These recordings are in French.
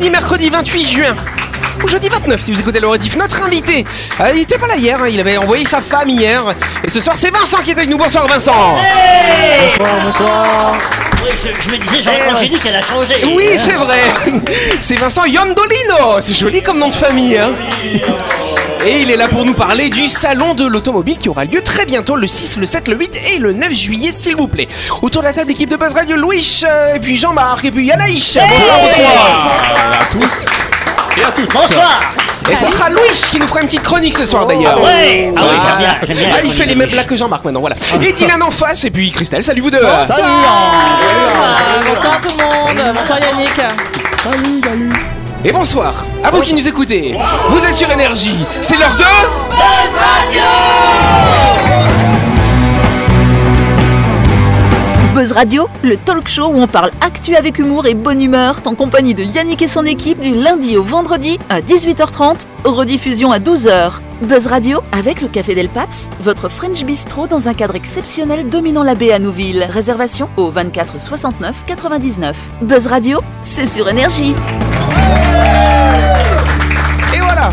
jeudi, mercredi 28 juin. Ou jeudi 29 si vous écoutez le rediff. Notre invité, il était pas là hier, il avait envoyé sa femme hier. Et ce soir c'est Vincent qui est avec nous. Bonsoir Vincent. Hey, Bonsoir. Oui, je me disais, j'ai dit qu'elle a changé. Oui c'est vrai. C'est Vincent Iondolino. C'est joli comme nom de famille hein. Et il est là pour nous parler du salon de l'automobile qui aura lieu très bientôt le 6, le 7, le 8 et le 9 juillet s'il vous plaît. Autour de la table équipe de Buzz Radio, Louis, et puis Jean-Marc et puis Yanaïch. Bonsoir à tous. Et à toutes. Bonsoir. Et ce sera Louis qui nous fera une petite chronique ce soir d'ailleurs. Ouais. Ah oui, j'aime bien. Il fait les mêmes blagues que Jean-Marc maintenant, voilà. Et Dylan en face, et puis Christelle, salut vous deux. Salut. Bonsoir tout le monde. Bonsoir Yannick. Salut. Et bonsoir à vous qui nous écoutez. Vous êtes sur Énergie. C'est l'heure de Buzz Radio. Buzz Radio, le talk show où on parle actu avec humour et bonne humeur, en compagnie de Yannick et son équipe du lundi au vendredi à 18h30, rediffusion à 12h. Buzz Radio avec le Café Del Paps, votre French Bistro dans un cadre exceptionnel dominant la baie à Nouville. Réservation au 24 69 99. Buzz Radio, c'est sur Énergie. Et voilà.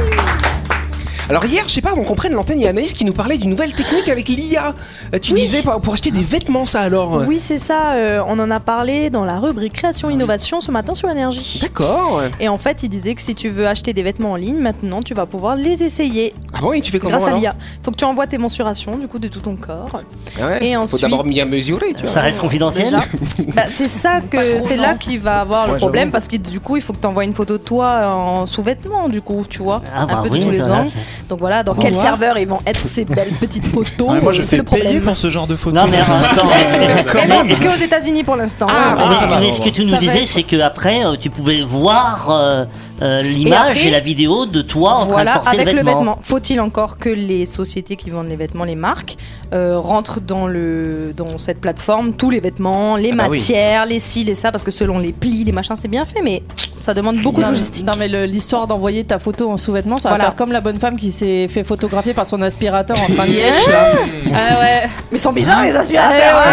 Alors hier, je sais pas, on comprenne l'antenne, il y a Anaïs qui nous parlait d'une nouvelle technique avec l'IA. Tu disais pour acheter des vêtements, ça alors. Oui, c'est ça. On en a parlé dans la rubrique Création-Innovation ce matin sur Énergie. D'accord. Et en fait, il disait que si tu veux acheter des vêtements en ligne, maintenant, tu vas pouvoir les essayer. Ah bon, et tu fais comment grâce à alors l'IA. Faut que tu envoies tes mensurations, du coup, de tout ton corps. Ah ouais. Et Faut ensuite, d'abord bien mesurer, tu vois. Ça reste confidentiel. déjà. C'est ça que c'est là qu'il va avoir le problème parce que du coup, il faut que tu envoies une photo de toi en sous-vêtements, du coup, tu vois, un peu de tous les angles. Donc voilà, dans quel serveur ils vont être ces belles petites photos. Moi je c'est le fais payer problème. pour ce genre de photos. Non mais attends. Mais non, c'est qu'aux États-Unis pour l'instant. Mais ce que tu nous disais, c'est qu'après, tu pouvais voir l'image après, et la vidéo de toi en train de porter avec le vêtement. Faut-il encore que les sociétés qui vendent les vêtements, les marques, rentrent dans cette plateforme tous les vêtements, les matières, les ci, les ça, parce que selon les plis, les machins, c'est bien fait, mais ça demande beaucoup de logistique. Non mais l'histoire d'envoyer ta photo en sous-vêtements, ça va faire comme la bonne femme qui s'est fait photographier par son aspirateur en train de liège là. Ah ouais. Mais ils sont bizarres les aspirateurs.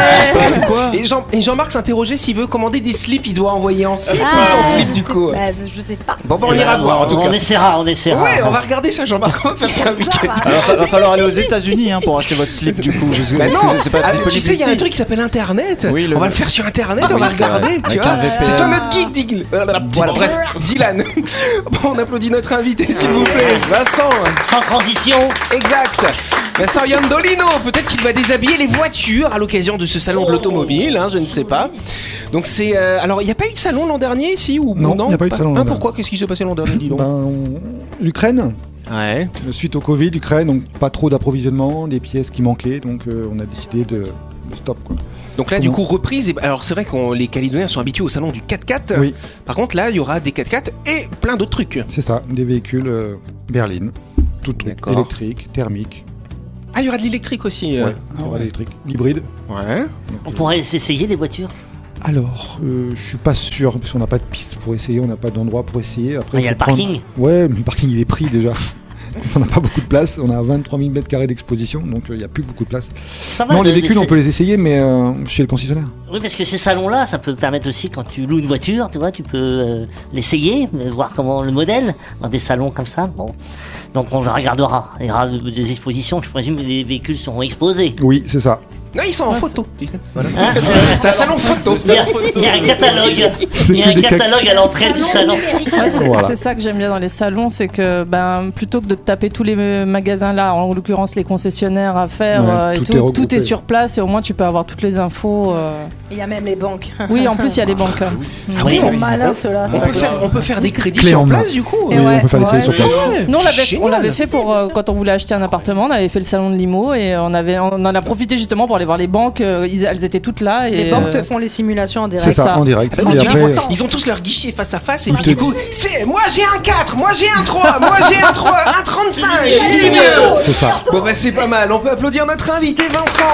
Et Jean-Marc s'interrogeait s'il veut commander des slips, il doit envoyer en slip ou sans slip du coup. Je sais pas. Bon, on ira voir en tout cas. On essaiera. Ouais, on va regarder ça, Jean-Marc. On va faire ça un week-end. Alors, va falloir aller aux États-Unis pour acheter votre slip du coup. Bah non, c'est pas disponible tu sais, il y a un ici. truc qui s'appelle Internet. Oui, on va le faire sur Internet, on va c'est vrai. regarder. Tu Avec vois. un VPN. C'est toi notre geek, Diggle. Voilà, bref, Dylan. Bon, on applaudit notre invité, s'il vous plaît. Vincent. Sans transition. Exact. Vincent Iondolino. Peut-être qu'il va déshabiller les voitures à l'occasion de ce salon de l'automobile, hein, je ne sais pas. Donc c'est. Alors, il n'y a pas eu de salon l'an dernier, si ou Non, il n'y a pas eu de salon l'an dernier. Pourquoi ? Qu'est-ce qui s'est passé l'an dernier, dis donc ? L'Ukraine. Ouais. Suite au Covid, l'Ukraine, donc pas trop d'approvisionnement, des pièces qui manquaient, donc on a décidé de stop quoi. Donc là, du coup, reprise. Alors, c'est vrai que les Calédoniens sont habitués au salon du 4x4. Oui. Par contre, là, il y aura des 4x4 et plein d'autres trucs. C'est ça, des véhicules berlines, tout truc, D'accord. électriques, thermiques. Ah, il y aura de l'électrique aussi. Ouais, il y aura de l'électrique, l'hybride. Ouais. On pourrait essayer des voitures. Alors, je suis pas sûr, parce qu'on n'a pas de piste pour essayer, on n'a pas d'endroit pour essayer. Après, Il y a le parking. Ouais, mais le parking il est pris déjà. On n'a pas beaucoup de place, on a 23 000 m² d'exposition, donc il n'y a plus beaucoup de place. Pas mal Non, les de- véhicules on peut les essayer, mais chez le concessionnaire. Oui, parce que ces salons-là, ça peut permettre aussi, quand tu loues une voiture, tu vois, tu peux l'essayer, voir comment le modèle, dans des salons comme ça. Bon. Donc on regardera. Il y aura des expositions, je présume que les véhicules seront exposés. Oui, c'est ça. Non, ils sont en photo. Tu sais. Voilà. Hein, C'est un salon photo. Il y a un catalogue. Il y a un catalogue à l'entrée du salon. Voilà. C'est ça que j'aime bien dans les salons, c'est que plutôt que de te taper tous les magasins là, en l'occurrence les concessionnaires à faire Ouais, et tout est tout regroupé. est sur place et au moins tu peux avoir toutes les infos. Il y a même les banques. Oui, en plus il y a les banques. Ah Ils oui, sont malins ceux-là. on peut faire des crédits Clé sur en main. place du coup. Oui, on peut faire des crédits sur place. Nous on Génial. l'avait fait pour quand on voulait acheter un appartement, on avait fait le salon de Limo et on en a profité justement pour aller voir les banques. Elles étaient toutes là. Et Les banques te font les simulations en direct. C'est ça, en direct. Ah, Et tu après, vois, ils ont tous leur guichet face à face et puis du coup, c'est moi j'ai un 4, moi j'ai un 3, moi j'ai un 3, un 35, il est mieux. c'est ça. Bon bah c'est pas mal, on peut applaudir notre invité Vincent.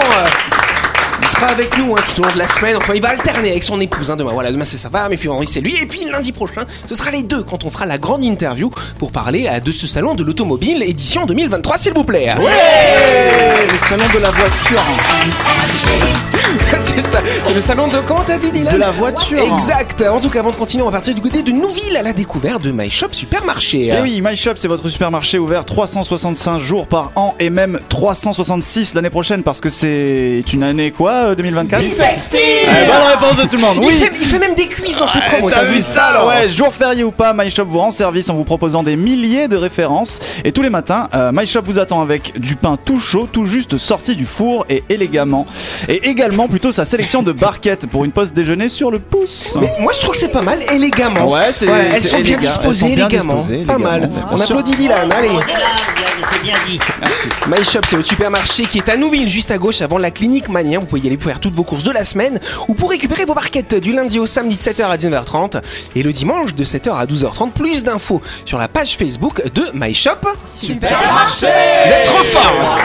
Il sera avec nous tout au long de la semaine, enfin il va alterner avec son épouse demain, voilà, demain c'est sa femme et puis Henri c'est lui, et puis lundi prochain ce sera les deux quand on fera la grande interview pour parler de ce salon de l'automobile édition 2023 s'il vous plaît. Ouais, le salon de la voiture. C'est ça, c'est le salon de... Comment t'as dit, Dylan? De la voiture. Exact. En tout cas, avant de continuer, on va partir du côté de Nouville à la découverte de My Shop Supermarché. Et oui, My Shop, c'est votre supermarché ouvert 365 jours par an et même 366 l'année prochaine parce que c'est une année quoi, 2024? Bonne réponse de tout le monde. Oui. Il fait même des cuisses dans ses promos. T'as vu ça alors? Ouais, jour férié ou pas, My Shop vous rend service en vous proposant des milliers de références. Et tous les matins, My Shop vous attend avec du pain tout chaud, tout juste sorti du four et élégamment. Et également plutôt sa sélection de barquettes pour une pause déjeuner sur le pouce. Mais moi je trouve que c'est pas mal, élégamment. Ouais, elles sont bien disposées, élégamment. Pas mal. On applaudit Dylan, allez. C'est bien dit. Merci. My Shop, c'est votre supermarché qui est à Nouville, juste à gauche avant la clinique Mania. Vous pouvez y aller pour faire toutes vos courses de la semaine ou pour récupérer vos barquettes du lundi au samedi de 7h à 19h30 et le dimanche de 7h à 12h30. Plus d'infos sur la page Facebook de My Shop Supermarché. Vous êtes trop forts.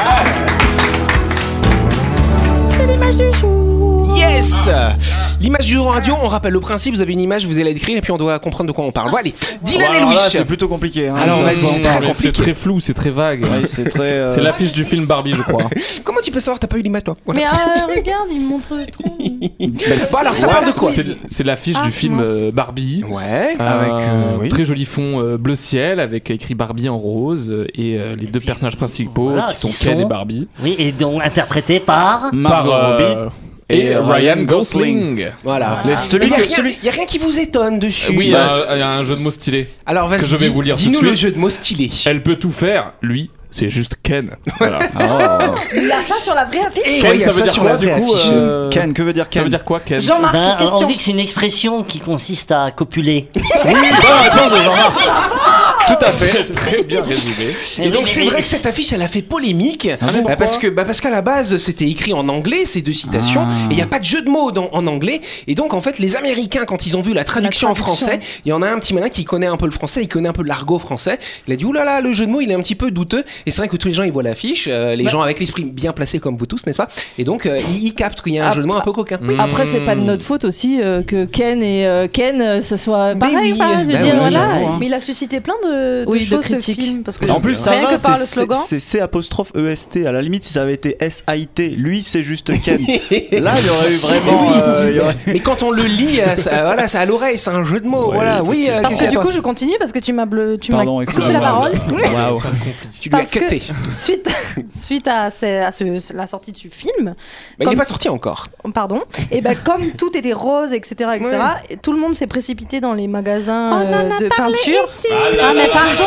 C'est l'image du jour. Yes. L'image du jour radio, on rappelle le principe, vous avez une image, vous allez l'écrire et puis on doit comprendre de quoi on parle. Bon allez, Dylan et Louis. C'est plutôt compliqué. Hein. Alors vas-y, c'est très compliqué. C'est très flou, c'est très vague. Ouais, c'est très. C'est l'affiche du film Barbie, je crois. Comment tu peux savoir, t'as pas eu l'image toi? Mais regarde, il me montre trop. Bon alors ça parle de quoi? C'est l'affiche du film Barbie. Ouais. Avec très joli fond bleu ciel avec écrit Barbie en rose et les deux personnages principaux qui sont Ken et Barbie. Oui, et donc interprétés par Margot Robbie. Et Ryan Gosling. Voilà. Il y a rien qui vous étonne dessus. Oui, il y a un jeu de mots stylé. Alors vas-y, je vais vous lire dis-nous tout de le suite. jeu de mots stylé. Elle peut tout faire, lui, c'est juste Ken. Voilà. Il y a ça sur la vraie affiche. Ken, ça veut dire quoi du coup Ken, que veut dire Ken? Ça veut dire quoi Ken? Jean-Marc, on question. dit que c'est une expression qui consiste à copuler. Oui, bonne réponse de Jean-Marc. Tout à fait. Très bien résumé. Et donc c'est vrai que cette affiche elle a fait polémique parce qu'à la base c'était écrit en anglais ces deux citations et il y a pas de jeu de mots en anglais et donc en fait les Américains quand ils ont vu la traduction en français, il y en a un petit malin qui connaît un peu le français, il connaît un peu l'argot français, il a dit oulala le jeu de mots il est un petit peu douteux et c'est vrai que tous les gens ils voient l'affiche, les gens avec l'esprit bien placé comme vous tous n'est-ce pas, et donc ils captent qu'il y a un jeu de mots un peu coquin. Après c'est pas de notre faute aussi que Ken et Ken ça soit pareil, je veux dire voilà. Mais il a suscité plein de choses, critiques. Ce film, parce que En plus, ça rien va, que par le slogan. c'est C''EST. À la limite, si ça avait été SIT, lui, c'est juste Ken. Là, il y aurait eu vraiment. Mais quand on le lit, voilà, c'est à l'oreille, c'est un jeu de mots. Ouais, voilà, oui. Parce que du coup, je continue parce que tu m'as coupé la parole. Waouh. Tu lui as Parce que cuté. suite à la sortie de ce film, Il n'est pas sorti encore. pardon, et ben comme tout était rose, etc., tout le monde s'est précipité dans les magasins de peinture. Ah mais pardon.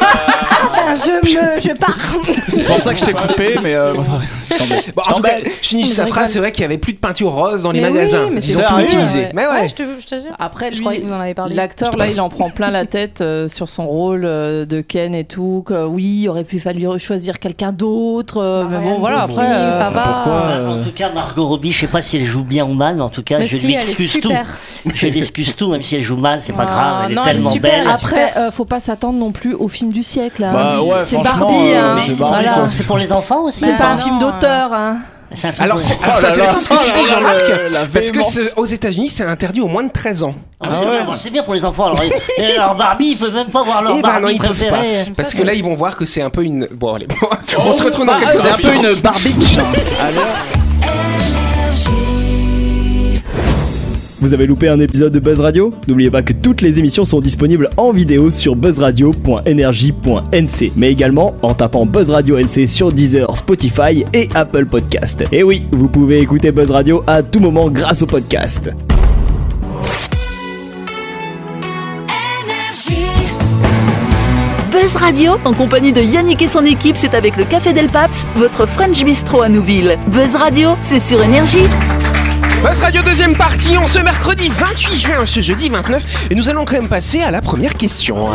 Je pars. C'est pour ça que je t'ai coupé, mais. Bon, en tout cas, je finis sa phrase, c'est vrai qu'il y avait plus de peinture rose dans les Mais magasins. oui, mais ils ont tout utilisé. Mais ouais. Je te jure. Après, Je croyais que vous en avez parlé. l'acteur là, il en prend plein la tête sur son rôle de Ken et tout. Que oui, il aurait pu falloir choisir quelqu'un d'autre. Mais bon, voilà. Après, ça va. En tout cas, Margot Robbie, je sais pas si elle joue bien ou mal, mais en tout cas, Mais je si, lui elle est excuse tout. super. Je l'excuse tout, même si elle joue mal, c'est pas Ah, grave. Elle non, est elle est tellement super. belle. Après, faut pas s'attendre non plus au film du siècle. Hein. Bah ouais, c'est franchement, Barbie. Hein. Mais c'est c'est pour, Barbie, les quoi. enfants, c'est pour les enfants aussi. C'est pas un non, film d'auteur. Hein. C'est un film Alors pour- c'est intéressant ce que tu dis, Jean-Marc, parce que véhémence. aux États-Unis c'est interdit aux moins de 13 ans. Ah, c'est bien pour les enfants. Alors Barbie, ils peuvent même pas voir leur Eh ben non, Barbie ils peuvent pas. préférée. Parce que là ils vont voir que c'est un peu une. Bon allez, on se retrouve dans quelques C'est un instants. peu une barbiche. Alors. Vous avez loupé un épisode de Buzz Radio? N'oubliez pas que toutes les émissions sont disponibles en vidéo sur buzzradio.energie.nc, mais également en tapant Buzz Radio NC sur Deezer, Spotify et Apple Podcast. Et oui, vous pouvez écouter Buzz Radio à tout moment grâce au podcast. Buzz Radio, en compagnie de Yannick et son équipe, c'est avec le Café Del Paps, votre French Bistro à Nouville. Buzz Radio, c'est sur Énergie. Buzz Radio deuxième partie, on ce mercredi 28 juin, ce jeudi 29, et nous allons quand même passer à la première question.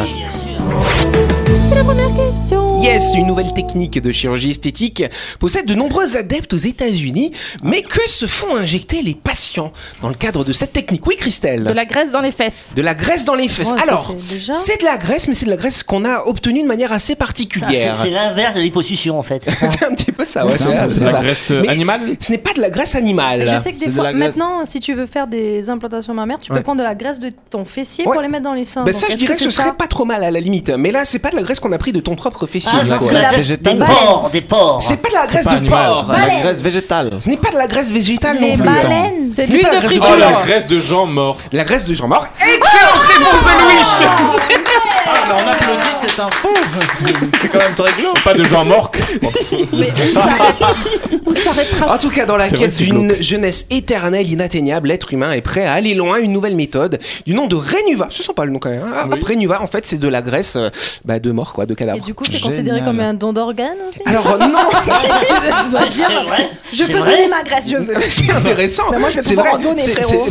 Yes, une nouvelle technique de chirurgie esthétique possède de nombreux adeptes aux États-Unis, mais que se font injecter les patients dans le cadre de cette technique? Oui, Christelle. De la graisse dans les fesses. De la graisse dans les fesses. Ouais, ça, Alors, c'est déjà- c'est de la graisse, mais c'est de la graisse qu'on a obtenue de manière assez particulière. C'est l'inverse de l'hyposuction en fait. C'est un petit peu ça, ouais, c'est C'est ça. la graisse Mais animale. Ce n'est pas de la graisse animale. Je sais que des C'est de fois, la graisse. maintenant, si tu veux faire des implantations mammaires, tu Ouais. peux prendre de la graisse de ton fessier Ouais. pour les mettre dans les seins. Ben Donc, ça, je est-ce dirais que ce c'est serait ça pas trop mal à la limite. Mais là, c'est pas de la graisse qu'on a pris de ton propre fessier. du coup. La végétale. Des porcs. C'est pas de la graisse pas de animal. porc. La graisse végétale. Ce n'est pas de la graisse végétale Les non plus. baleines. C'est Ce de n'est l'huile pas de la graisse Oh, la friture. graisse de gens morts. La graisse de Jean-Marc. Excellente réponse de Louis. Mais on applaudit cette info. C'est quand même très glauque. Pas de gens morts. Mais où s'arrêtera En tout cas, dans la C'est quête vrai, c'est d'une jeunesse éternelle, inatteignable, l'être humain est prêt à aller loin. Une nouvelle méthode du nom de Renuva. Ce sont pas le nom quand même. Hein. Oui. Renuva, en fait, c'est de la graisse de mort, quoi, de Et cadavre. du coup, c'est Génial. considéré comme un don d'organe aussi Alors non, Je dois dire, je peux donner ma graisse, je veux. c'est intéressant. Mais moi, je vais C'est pouvoir vrai. en donner, C'est- frérot.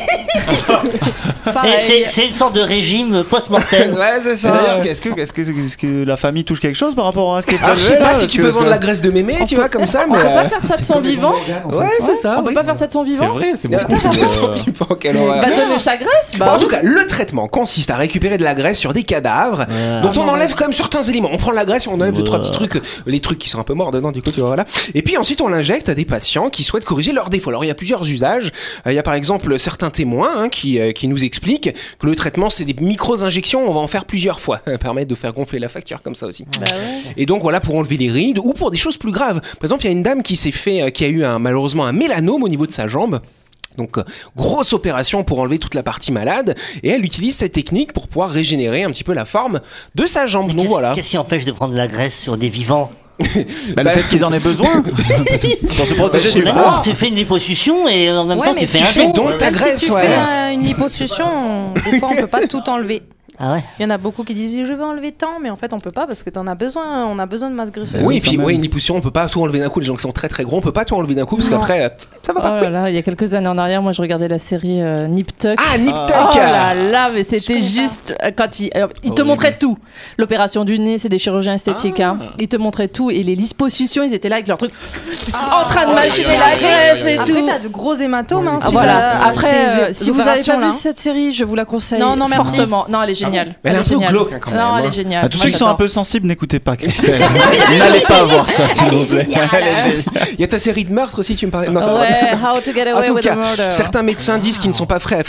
C'est une sorte de régime post-mortem. Ouais, c'est Et ça. d'ailleurs, est-ce que la famille touche quelque chose par rapport à ce qui est Alors, je sais prélevé, pas là, si tu parce peux que- vendre la graisse de mémé, tu vois, comme ça, On mais. peut pas faire ça de son vivant. Ouais, c'est ça. On peut oui. pas faire ça de son C'est vivant. vrai, c'est Putain, beaucoup. de son vivant, quelle horreur. Va donner sa graisse. Bon, en tout cas, le traitement consiste à récupérer de la graisse sur des cadavres dont on enlève quand même certains éléments. On prend la graisse, on enlève deux trois petits trucs, les trucs qui sont un peu morts dedans, du coup, tu vois, voilà. Et puis ensuite, on l'injecte à des patients qui souhaitent corriger leurs défauts. Alors, il y a plusieurs usages. Il y a par exemple certains témoins qui nous expliquent que le traitement, c'est des micro-injections. On va en faire plusieurs fois, permettre de faire gonfler la facture comme ça aussi. Et donc voilà, pour enlever les rides ou pour des choses plus graves. Par exemple, il y a une dame qui a eu malheureusement un mélanome au niveau de sa jambe. Donc, grosse opération pour enlever toute la partie malade. Et elle utilise cette technique pour pouvoir régénérer un petit peu la forme de sa jambe. Donc voilà. Qu'est-ce qui empêche de prendre de la graisse sur des vivants? Le fait qu'ils en aient besoin pour se protéger du Non, froid. tu fais une liposuction et en même Ouais, temps mais tu fais tu un fais don. donc ta Même graisse, si tu ouais. fais une liposuction, des fois on peut pas tout enlever. Ah ouais. Il y en a beaucoup qui disent je veux enlever tant, mais en fait on peut pas parce que t'en as besoin, on a besoin de masse graisseuse. Oui, et quand puis même. une liposuction, on peut pas tout enlever d'un coup. Les gens qui sont très très gros, on peut pas tout enlever d'un coup parce Non. qu'après, ça va Oh pas. là là, il y a quelques années en arrière, moi je regardais la série Nip Tuck. Ah, Nip Oh Tuck. là là, mais c'était juste quand il te Horrible. montrait tout. L'opération du nez, c'est des chirurgiens esthétiques. Hein. Ils te montraient tout et les liposuctions, ils étaient là avec leur truc en train de machiner la graisse et Après tout. t'as de gros hématomes. Hein, Ah, suite voilà. à Après, ces si vous avez pas opérations-là. vu cette série, je vous la conseille Non, merci. fortement. Non, elle est géniale. Mais elle est un peu géniale. glauque, hein, quand même, Non, elle hein. est géniale. À tous Moi, ceux qui sont un j'adore. peu sensibles, n'écoutez pas Christelle. N'allez pas voir ça, s'il vous plaît. Il y a ta série de meurtres aussi, tu me parlais. Non, c'est vrai. Ouais, How to Get En Away tout with cas, a Murder. certains médecins disent qu'ils ne sont pas prêts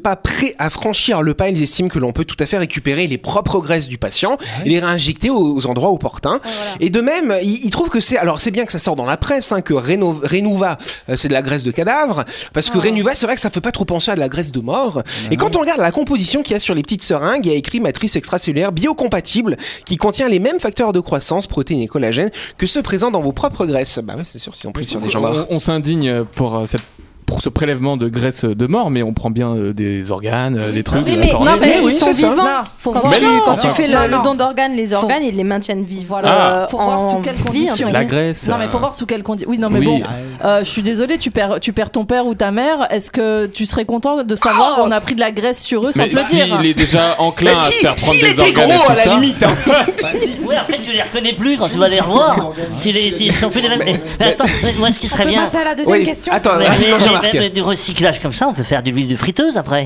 à franchir le pas. Ils estiment que l'on peut tout à fait récupérer les propres graisses du patient et les réinjecter aux endroits opportuns. Et de même, ils trouvent que c'est bien que ça sort dans la presse, hein, que Renuva, c'est de la graisse de cadavre, parce que Renuva, c'est vrai que ça fait pas trop penser à de la graisse de mort. Et quand on regarde la composition qu'il y a sur les petites seringues, il y a écrit matrice extracellulaire biocompatible qui contient les mêmes facteurs de croissance, protéines et collagène que ceux présents dans vos propres graisses. Bah ouais, c'est sûr, si on pris sur des gens morts. On s'indigne pour ce prélèvement de graisse de mort, mais on prend bien des organes, des trucs. Oui, de la mais, cornée. non, mais oui, ils sont c'est ça. vivants. Non, faut Quand, voir. Mais tu fais Non, le non. don d'organes, les organes, ils les maintiennent vivants. Voilà. Faut voir sous quelles vie, conditions. entre La guillemets. graisse. Non mais faut voir sous quelles conditions. Oui non mais Oui. bon, je suis désolée, tu perds ton père ou ta mère. Est-ce que tu serais content de savoir qu'on a pris de la graisse sur eux sans Mais te le dire s'il est déjà enclin Mais à se faire prendre s'il des était organes gros et tout à la ça, limite, hein. Ouais, après tu les reconnais plus quand tu vas les revoir. Ils sont plus les mêmes. Mais attends, moi ce qui serait bien. passer à la deuxième Oui, question. attends, Mais, rapidement, Jean-Marc. du recyclage comme ça, on peut faire de l'huile de friteuse après.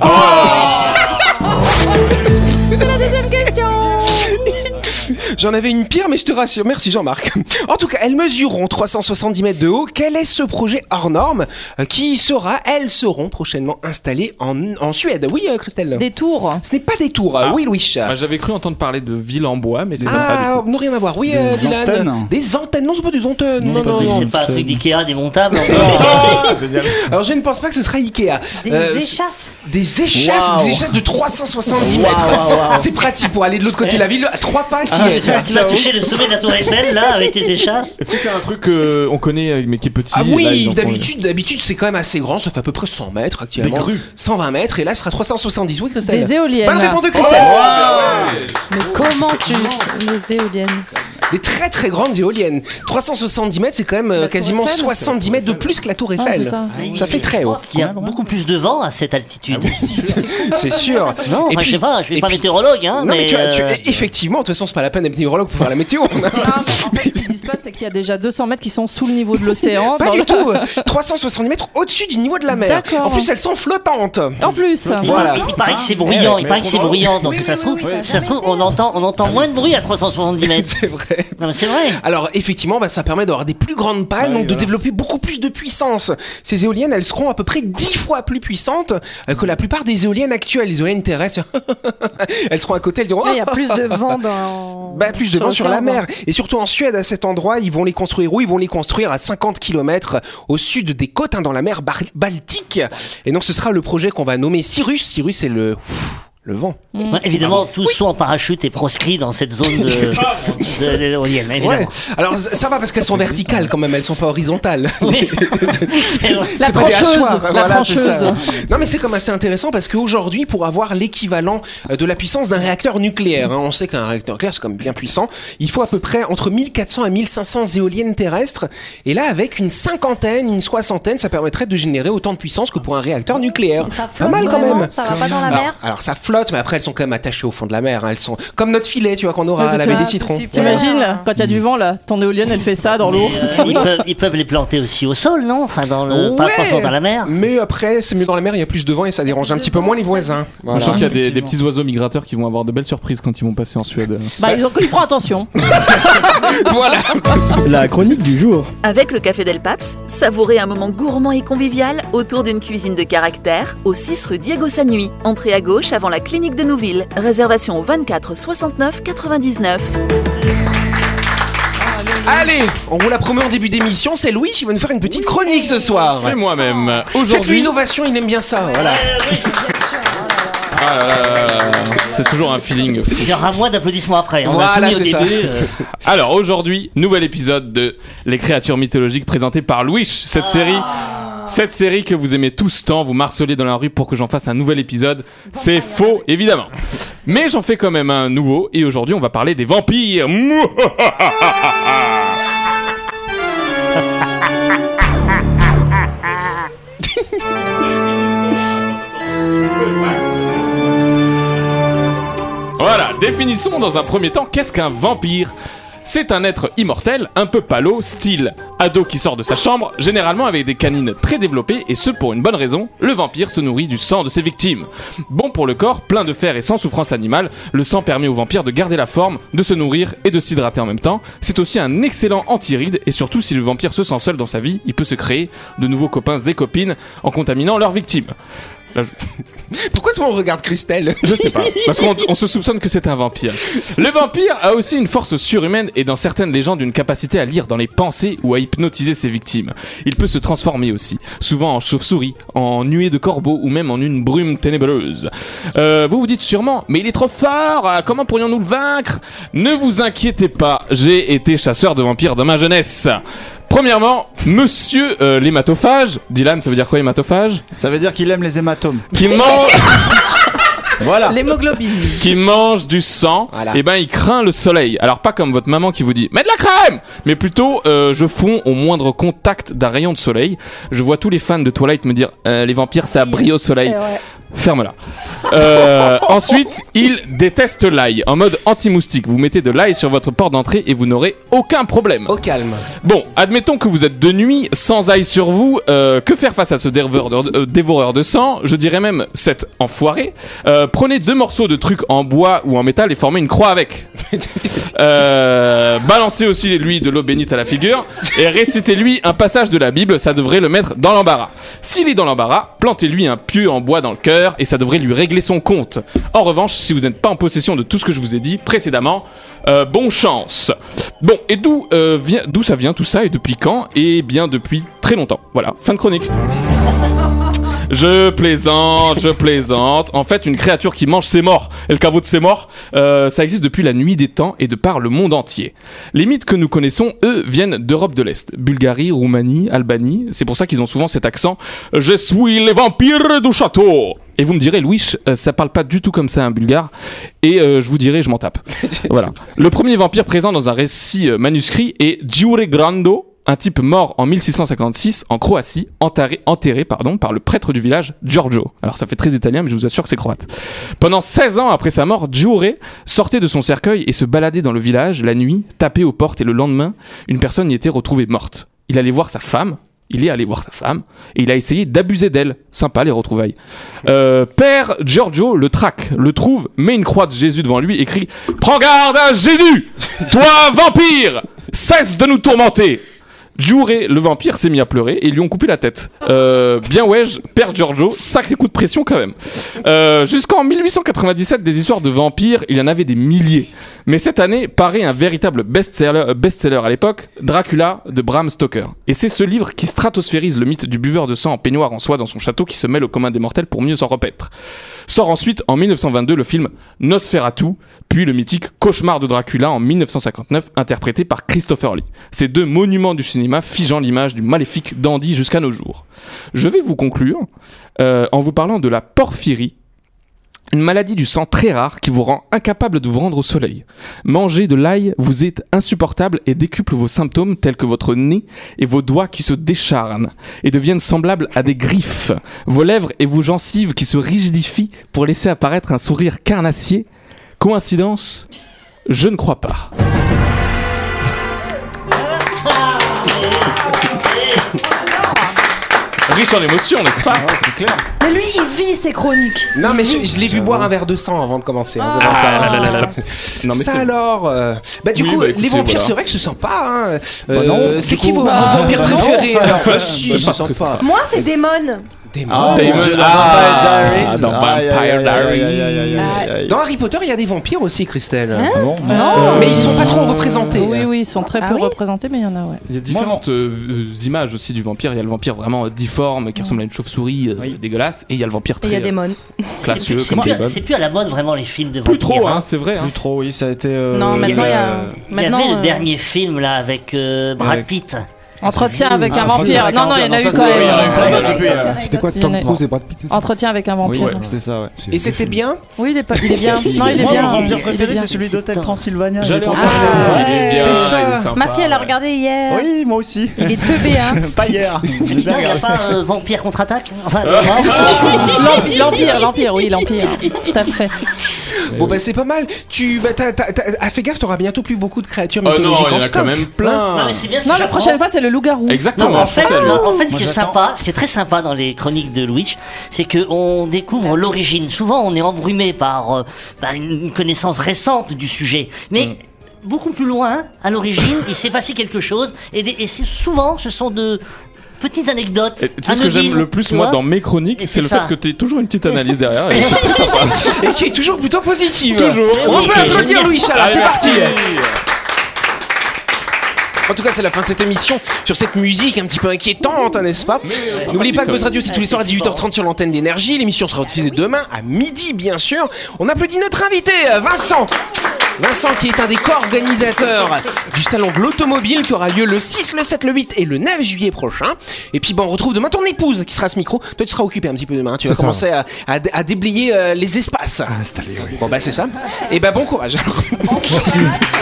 J'en avais une pire, mais je te rassure. Merci Jean-Marc. En tout cas, elles mesureront 370 mètres de haut. Quel est ce projet hors norme elles seront prochainement installées en Suède. Oui, Christelle. des tours. Ce n'est pas des tours. Oui, Louis. Moi, j'avais cru entendre parler de ville en bois, mais c'est pas ça. Ah, non, rien à voir. Oui, Des Dylan. antennes. Des antennes. Non, c'est pas des antennes. Non, pas non, des non. C'est pas un truc d'Ikea démontable. Alors, je ne pense pas que ce sera Ikea. Des échasses. Des échasses, Waouh. des échasses de 370 mètres. C'est pratique pour aller de l'autre côté de la ville. À 3 pas, t'y es. Tu vas toucher le sommet de la tour Eiffel là avec tes échasses. Est-ce que c'est un truc qu'on connaît mais qui est petit Ah et là, oui, ils en font- d'habitude c'est quand même assez grand, ça fait à peu près 100 mètres actuellement. Des grues. 120 mètres et là ce sera 370. Oui, Christelle. Des éoliennes. Bonne réponse de Christelle. Mais comment tu les éoliennes? Des très très grandes éoliennes. 370 mètres, c'est quand même tour quasiment Eiffel. 70 mètres de plus que la tour Eiffel. c'est ça. Ça fait très haut. Il y a beaucoup plus de vent à cette altitude. C'est sûr. Non, Et enfin, puis- je sais pas, je et suis pas puis- météorologue, hein. Non mais mais effectivement, de toute façon c'est pas la peine d'être météorologue pour faire la météo. Non, mais en fait, ce qu'ils disent pas, c'est qu'il y a déjà 200 mètres qui sont sous le niveau de l'océan. Pas Dans du le- tout. 370 mètres au-dessus du niveau de la mer. D'accord. En plus elles sont flottantes. En plus. Voilà. il paraît que c'est bruyant, Eh, il paraît que c'est bruyant, donc Oui, ça oui, se trouve, oui, oui, ça se trouve, on entend moins de bruit à 370 mètres. C'est vrai. Non, mais c'est vrai. Alors effectivement, ça permet d'avoir des plus grandes pales, donc de développer beaucoup plus de puissance. Ces éoliennes, elles seront à peu près 10 fois plus puissantes que la plupart des éoliennes actuelles. Les éoliennes terrestres, elles seront à côté, elles diront... Il y a plus de vent plus de vent sur la mer. Et surtout en Suède, à cet endroit, ils vont les construire où ? Ils vont les construire à 50 km au sud des côtes, dans la mer Baltique. Et donc ce sera le projet qu'on va nommer Cirrus. Cirrus, c'est le vent. Ouais, évidemment, tout saut en parachute est proscrit dans cette zone de l'éolienne. Ouais. Alors ça va parce qu'elles sont verticales quand même, elles sont pas horizontales. Oui. C'est pas des hachoirs. La Voilà, trancheuse. c'est ça. Non mais c'est comme assez intéressant parce qu'aujourd'hui, pour avoir l'équivalent de la puissance d'un réacteur nucléaire, on sait qu'un réacteur nucléaire c'est comme bien puissant, il faut à peu près entre 1400 à 1500 éoliennes terrestres. Et là, avec une cinquantaine, une soixantaine, ça permettrait de générer autant de puissance que pour un réacteur nucléaire. Ça Pas mal quand même. Ça va pas dans la mer. Alors ça flotte, mais après elles sont quand même attachées au fond de la mer. Elles sont comme notre filet, tu vois, qu'on aura à la baie des citrons. T'imagines, là, quand il y a du vent, là, ton éolienne, elle fait ça dans l'eau. Ils peuvent les planter aussi au sol, non ? Enfin, pas forcément dans la mer. Mais après, c'est mieux dans la mer, il y a plus de vent et ça dérange un petit peu moins les voisins. Je sens qu'il y a des petits oiseaux migrateurs qui vont avoir de belles surprises quand ils vont passer en Suède. Ils feront attention. Voilà. La chronique du jour. Avec le Café Del Paps, savourez un moment gourmand et convivial autour d'une cuisine de caractère au 6 rue Diego Sanui. Entrée à gauche avant la clinique de Nouville. Réservation au 24 69 99. Allez, on vous la promet en début d'émission, c'est Louis qui va nous faire une petite chronique ce soir. C'est moi-même. Faites-lui Aujourd'hui, innovation, il aime bien ça. Voilà. c'est toujours un feeling fou. Il y aura moins d'applaudissements après. On Voilà, a tout mis au c'est ça. début. Alors aujourd'hui, nouvel épisode de Les créatures mythologiques présenté par Louis. Cette série que vous aimez tous tant, vous marcelez dans la rue pour que j'en fasse un nouvel épisode. C'est faux, évidemment. Mais j'en fais quand même un nouveau, et aujourd'hui on va parler des vampires. Voilà, définissons dans un premier temps qu'est-ce qu'un vampire. C'est un être immortel, un peu palo, style ado qui sort de sa chambre, généralement avec des canines très développées, et ce pour une bonne raison, le vampire se nourrit du sang de ses victimes. Bon pour le corps, plein de fer et sans souffrance animale, le sang permet au vampire de garder la forme, de se nourrir et de s'hydrater en même temps. C'est aussi un excellent anti-rides, et surtout si le vampire se sent seul dans sa vie, il peut se créer de nouveaux copains et copines en contaminant leurs victimes. Pourquoi tout le monde regarde Christelle ? Je sais pas, parce qu'on se soupçonne que c'est un vampire. Le vampire a aussi une force surhumaine et dans certaines légendes une capacité à lire dans les pensées ou à hypnotiser ses victimes. Il peut se transformer aussi, souvent en chauve-souris, en nuée de corbeaux ou même en une brume ténébreuse. Vous vous dites sûrement, mais il est trop fort, comment pourrions-nous le vaincre ? Ne vous inquiétez pas, j'ai été chasseur de vampires dans ma jeunesse. Premièrement, monsieur l'hématophage. Dylan, ça veut dire quoi hématophage ? Ça veut dire qu'il aime les hématomes. Qui mange... Voilà. L'hémoglobine. Qui mange du sang, voilà. Et ben il craint le soleil. Alors pas comme votre maman qui vous dit « Mets de la crème !» Mais plutôt, je fonds au moindre contact d'un rayon de soleil. Je vois tous les fans de Twilight me dire « Les vampires ça brille au soleil. » Ferme-la. Ensuite, il déteste l'ail. En mode anti-moustique, vous mettez de l'ail sur votre porte d'entrée et vous n'aurez aucun problème. Au calme. Bon, admettons que vous êtes de nuit, sans ail sur vous. Que faire face à ce dévoreur de sang ? Je dirais même cet enfoiré. Prenez 2 morceaux de trucs en bois ou en métal et formez une croix avec. Balancez aussi lui de l'eau bénite à la figure et récitez-lui un passage de la Bible, ça devrait le mettre dans l'embarras. S'il est dans l'embarras, plantez-lui un pieu en bois dans le cœur et ça devrait lui régler son compte. En revanche, si vous n'êtes pas en possession de tout ce que je vous ai dit précédemment, bonne chance. Bon, et d'où ça vient tout ça et depuis quand ? Eh bien depuis très longtemps. Voilà, fin de chronique. Je plaisante. En fait, une créature qui mange ses morts, et le caveau de ses morts, ça existe depuis la nuit des temps et de par le monde entier. Les mythes que nous connaissons, eux, viennent d'Europe de l'Est, Bulgarie, Roumanie, Albanie. C'est pour ça qu'ils ont souvent cet accent « Je suis les vampires du château !» Et vous me direz, Louis, ça parle pas du tout comme ça un bulgare. Et je vous dirai, je m'en tape. Voilà. Le premier vampire présent dans un récit manuscrit est Giure Grando, un type mort en 1656 en Croatie, enterré par le prêtre du village Giorgio. Alors ça fait très italien, mais je vous assure que c'est croate. Pendant 16 ans après sa mort, Giure sortait de son cercueil et se baladait dans le village la nuit, tapait aux portes et le lendemain, une personne y était retrouvée morte. Il allait voir sa femme, il est allé voir sa femme et il a essayé d'abuser d'elle. Sympa les retrouvailles. Père Giorgio le traque, le trouve, met une croix de Jésus devant lui et crie « Prends garde à Jésus! Toi, vampire! Cesse de nous tourmenter !» Giuré, le vampire, s'est mis à pleurer et ils lui ont coupé la tête. Bien wesh, Père Giorgio, sacré coup de pression quand même. Jusqu'en 1897, des histoires de vampires, il y en avait des milliers. Mais cette année paraît un véritable best-seller à l'époque, Dracula de Bram Stoker. Et c'est ce livre qui stratosphérise le mythe du buveur de sang en peignoir en soie dans son château qui se mêle au commun des mortels pour mieux s'en repaître. Sort ensuite, en 1922, le film Nosferatu, puis le mythique Cauchemar de Dracula en 1959, interprété par Christopher Lee. Ces deux monuments du cinéma figeant l'image du maléfique dandy jusqu'à nos jours. Je vais vous conclure en vous parlant de la porphyrie, une maladie du sang très rare qui vous rend incapable de vous rendre au soleil. Manger de l'ail vous est insupportable et décuple vos symptômes tels que votre nez et vos doigts qui se décharnent et deviennent semblables à des griffes, vos lèvres et vos gencives qui se rigidifient pour laisser apparaître un sourire carnassier. Coïncidence ? Je ne crois pas. Riche en émotions, n'est-ce pas ? C'est clair. Mais lui, il vit ses chroniques. Non, mais je l'ai vu boire un verre de sang avant de commencer. Hein, Non, mais ça c'est- alors du Oui, coup, bah, écoutez, les vampires, voilà. c'est vrai que c'est sympa. Hein. non, C'est du qui coup, vos vampires préférés alors Si, c'est c'est pas sympa. Moi, c'est Damon. Damon. Dans Vampire Diaries. Dans Harry Potter, il y a des vampires aussi, Christelle. Bon, Mais ils sont pas trop représentés. Oui, ils sont très peu représentés, mais il y en a, ouais. Il y a différentes images aussi du vampire. Il y a le vampire vraiment difforme qui ressemble à une chauve-souris dégueulasse, et il y a le vampire Et il y très a Damon. classieux C'est comme plus, Damon. c'est plus à la mode vraiment les films de Plus vampires. trop, hein, c'est vrai. Hein. plus trop, oui, ça a été. Non, maintenant, il y a. Il y avait Maintenant, le dernier film là avec Brad Avec- Pitt. Entretien avec un Entretien vampire. avec Non, un non, il y en a vampire. eu Non, quand ça, c'est- il y en a eu même. plein depuis, C'était quoi, Il y en Tom a- Cruise et Brad Pitt, c'est ça Entretien avec un vampire. Ouais, c'est ça, ouais. Et c'était bien. Oui, il est bien. Non, il est Moi, bien. mon vampire Il est préféré, bien. c'est celui d'Hôtel Transylvania. J'allais Il est en trop parler. sympa. Il est bien, c'est ça. il est sympa. Ma fille, elle a regardé hier. Oui, moi aussi. Il est teubé, hein. Pas hier. Il n'y a pas Vampire contre-attaque enfin, L'Empire, oui, l'Empire. Tout à fait. Bon bah c'est pas mal. Fais gaffe, t'auras bientôt plus beaucoup de créatures Oh non, mythologiques il y en en a quand stock. même Non, plein. mais c'est bien. Non, la prochaine fois, c'est le loup-garou. Exactement. Non, en je fait, pensais à lui. ce qui est sympa, ce qui est très sympa dans les chroniques de Louis, c'est qu'on découvre l'origine. Souvent, on est embrumé par une connaissance récente du sujet, mais beaucoup plus loin, à l'origine, il s'est passé quelque chose, et souvent, ce sont de petites anecdotes. Et tu sais ce que j'aime le plus, moi, dans mes chroniques, Et c'est le c'est ça. fait que tu aies toujours une petite analyse derrière. Et c'est très sympa. Et qui est toujours plutôt positive. Toujours. On Oui, peut oui. applaudir Louis Chala, Allez, c'est parti. merci. En tout cas, c'est la fin de cette émission sur cette musique un petit peu inquiétante, hein, n'est-ce pas? N'oubliez pas que Buzz Radio, c'est tous les soirs à 18h30 sur l'antenne d'énergie. L'émission sera diffusée demain à midi, bien sûr. On applaudit notre invité, Vincent. Vincent qui est un des co-organisateurs du salon de l'automobile qui aura lieu le 6, le 7, le 8 et le 9 juillet prochain. Et puis on retrouve demain ton épouse qui sera à ce micro. Toi tu seras occupé un petit peu demain, tu vas commencer à déblayer les espaces. Installé, oui. Bon bah c'est ça. Et bah bon courage alors. Merci.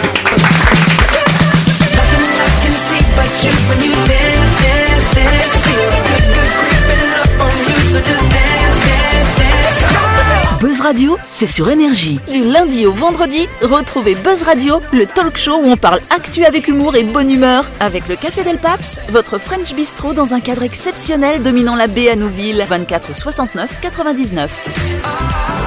Buzz Radio, c'est sur Énergie. Du lundi au vendredi, retrouvez Buzz Radio, le talk show où on parle actu avec humour et bonne humeur. Avec le Café Del Paps, votre French Bistro dans un cadre exceptionnel dominant la baie à Nouville. 24 69 99.